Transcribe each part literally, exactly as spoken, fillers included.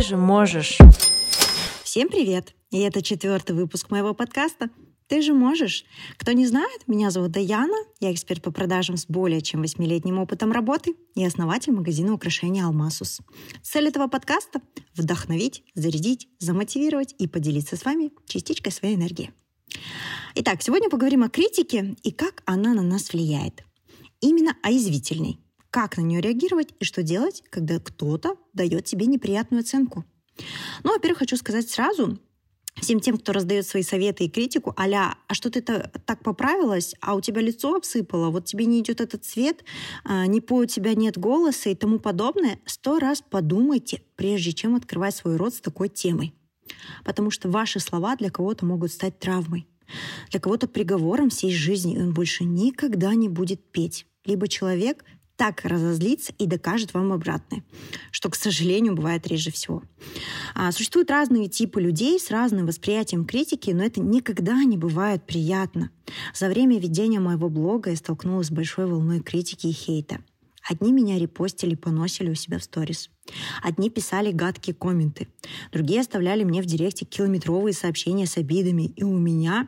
же можешь. Всем привет! И это четвертый выпуск моего подкаста «Ты же можешь». Кто не знает, меня зовут Даяна, я эксперт по продажам с более чем восьмилетним опытом работы и основатель магазина украшений «Алмасус». Цель этого подкаста – вдохновить, зарядить, замотивировать и поделиться с вами частичкой своей энергии. Итак, сегодня поговорим о критике и как она на нас влияет. Именно о язвительной. Как на нее реагировать и что делать, когда кто-то дает тебе неприятную оценку. Ну, во-первых, хочу сказать сразу всем тем, кто раздает свои советы и критику, а-ля, а что ты так поправилась, а у тебя лицо обсыпало, вот тебе не идет этот цвет, не по у тебя нет голоса и тому подобное, сто раз подумайте, прежде чем открывать свой рот с такой темой. Потому что ваши слова для кого-то могут стать травмой, для кого-то приговором всей жизни, и он больше никогда не будет петь. Либо человек так разозлится и докажет вам обратное, что, к сожалению, бывает реже всего. А, существуют разные типы людей с разным восприятием критики, но это никогда не бывает приятно. За время ведения моего блога я столкнулась с большой волной критики и хейта. Одни меня репостили, поносили у себя в сторис. Одни писали гадкие комменты. Другие оставляли мне в директе километровые сообщения с обидами. И у меня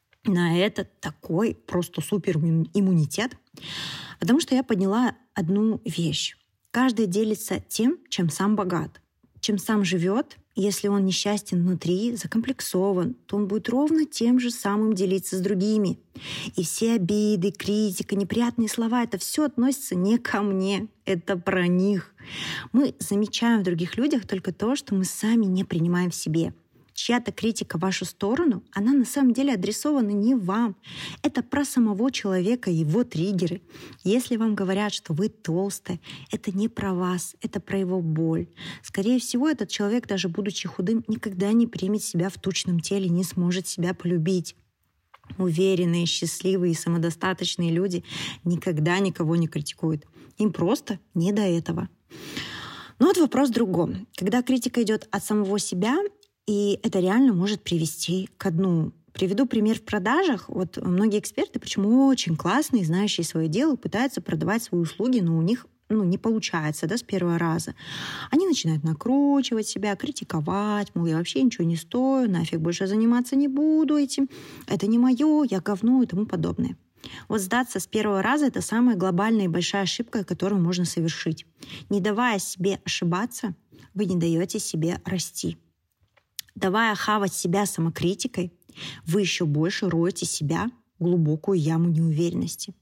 на это такой просто супер иммунитет. Потому что я подняла одну вещь. Каждый делится тем, чем сам богат. Чем сам живет. Если он несчастен внутри, закомплексован, то он будет ровно тем же самым делиться с другими. И все обиды, критика, неприятные слова — это все относится не ко мне. Это про них. Мы замечаем в других людях только то, что мы сами не принимаем в себе. Чья-то критика в вашу сторону, она на самом деле адресована не вам. Это про самого человека, его триггеры. Если вам говорят, что вы толстая, это не про вас, это про его боль. Скорее всего, этот человек, даже будучи худым, никогда не примет себя в тучном теле, не сможет себя полюбить. Уверенные, счастливые и самодостаточные люди никогда никого не критикуют. Им просто не до этого. Но вот вопрос в другом. Когда критика идет от самого себя, и это реально может привести ко дну. Приведу пример в продажах. Вот многие эксперты, причем очень классные, знающие свое дело, пытаются продавать свои услуги, но у них ну, не получается, да, с первого раза. Они начинают накручивать себя, критиковать, мол, я вообще ничего не стою, нафиг больше заниматься не буду этим, это не мое, я говно и тому подобное. Вот сдаться с первого раза — это самая глобальная и большая ошибка, которую можно совершить. Не давая себе ошибаться, вы не даете себе расти. Давая хавать себя самокритикой, вы еще больше роете себя в глубокую яму неуверенности.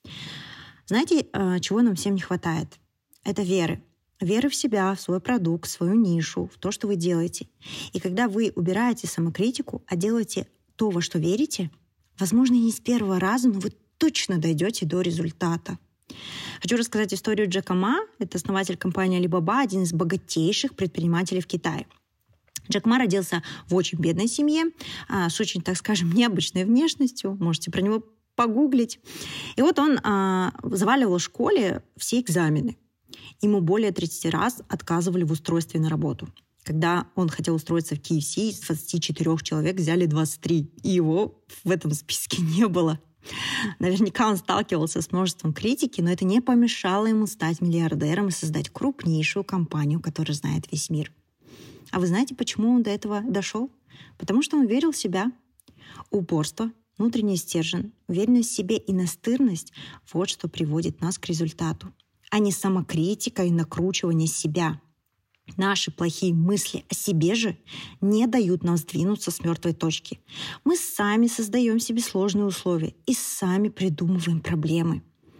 Знаете, чего нам всем не хватает? Это веры. Веры в себя, в свой продукт, в свою нишу, в то, что вы делаете. И когда вы убираете самокритику, а делаете то, во что верите, возможно, не с первого раза, но вы точно дойдете до результата. Хочу рассказать историю Джека Ма. Это основатель компании Alibaba, один из богатейших предпринимателей в Китае. Джек Ма родился в очень бедной семье, с очень, так скажем, необычной внешностью. Можете про него погуглить. И вот он а, заваливал в школе все экзамены. Ему более тридцати раз отказывали в устройстве на работу. Когда он хотел устроиться в кей эф си, из двадцати четырёх человек взяли двадцать три. И его в этом списке не было. Наверняка он сталкивался с множеством критики, но это не помешало ему стать миллиардером и создать крупнейшую компанию, которая знает весь мир. А вы знаете, почему он до этого дошел? Потому что он верил в себя. Упорство, внутренний стержень, уверенность в себе и настырность — вот что приводит нас к результату. А не самокритика и накручивание себя. Наши плохие мысли о себе же не дают нам сдвинуться с мертвой точки. Мы сами создаем себе сложные условия и сами придумываем проблемы.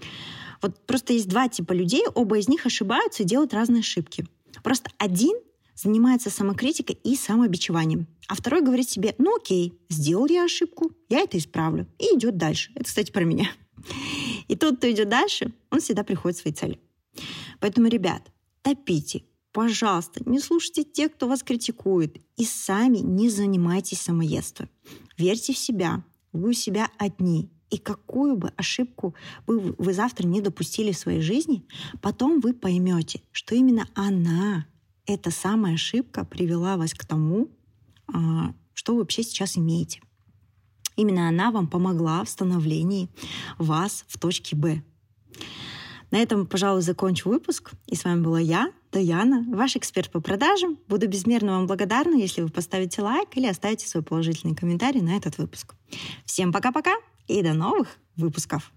Вот просто есть два типа людей, оба из них ошибаются и делают разные ошибки. Просто один занимается самокритикой и самобичеванием. А второй говорит себе: ну окей, сделал я ошибку, я это исправлю. И идет дальше. Это, кстати, про меня. И тот, кто идет дальше, он всегда приходит к своей цели. Поэтому, ребят, топите. Пожалуйста, не слушайте тех, кто вас критикует. И сами не занимайтесь самоедством. Верьте в себя. Вы у себя одни. И какую бы ошибку вы, вы завтра не допустили в своей жизни, потом вы поймете, что именно она, эта самая ошибка, привела вас к тому, что вы вообще сейчас имеете. Именно она вам помогла в становлении вас в точке Б. На этом, пожалуй, закончу выпуск. И с вами была я, Даяна, ваш эксперт по продажам. Буду безмерно вам благодарна, если вы поставите лайк или оставите свой положительный комментарий на этот выпуск. Всем пока-пока и до новых выпусков!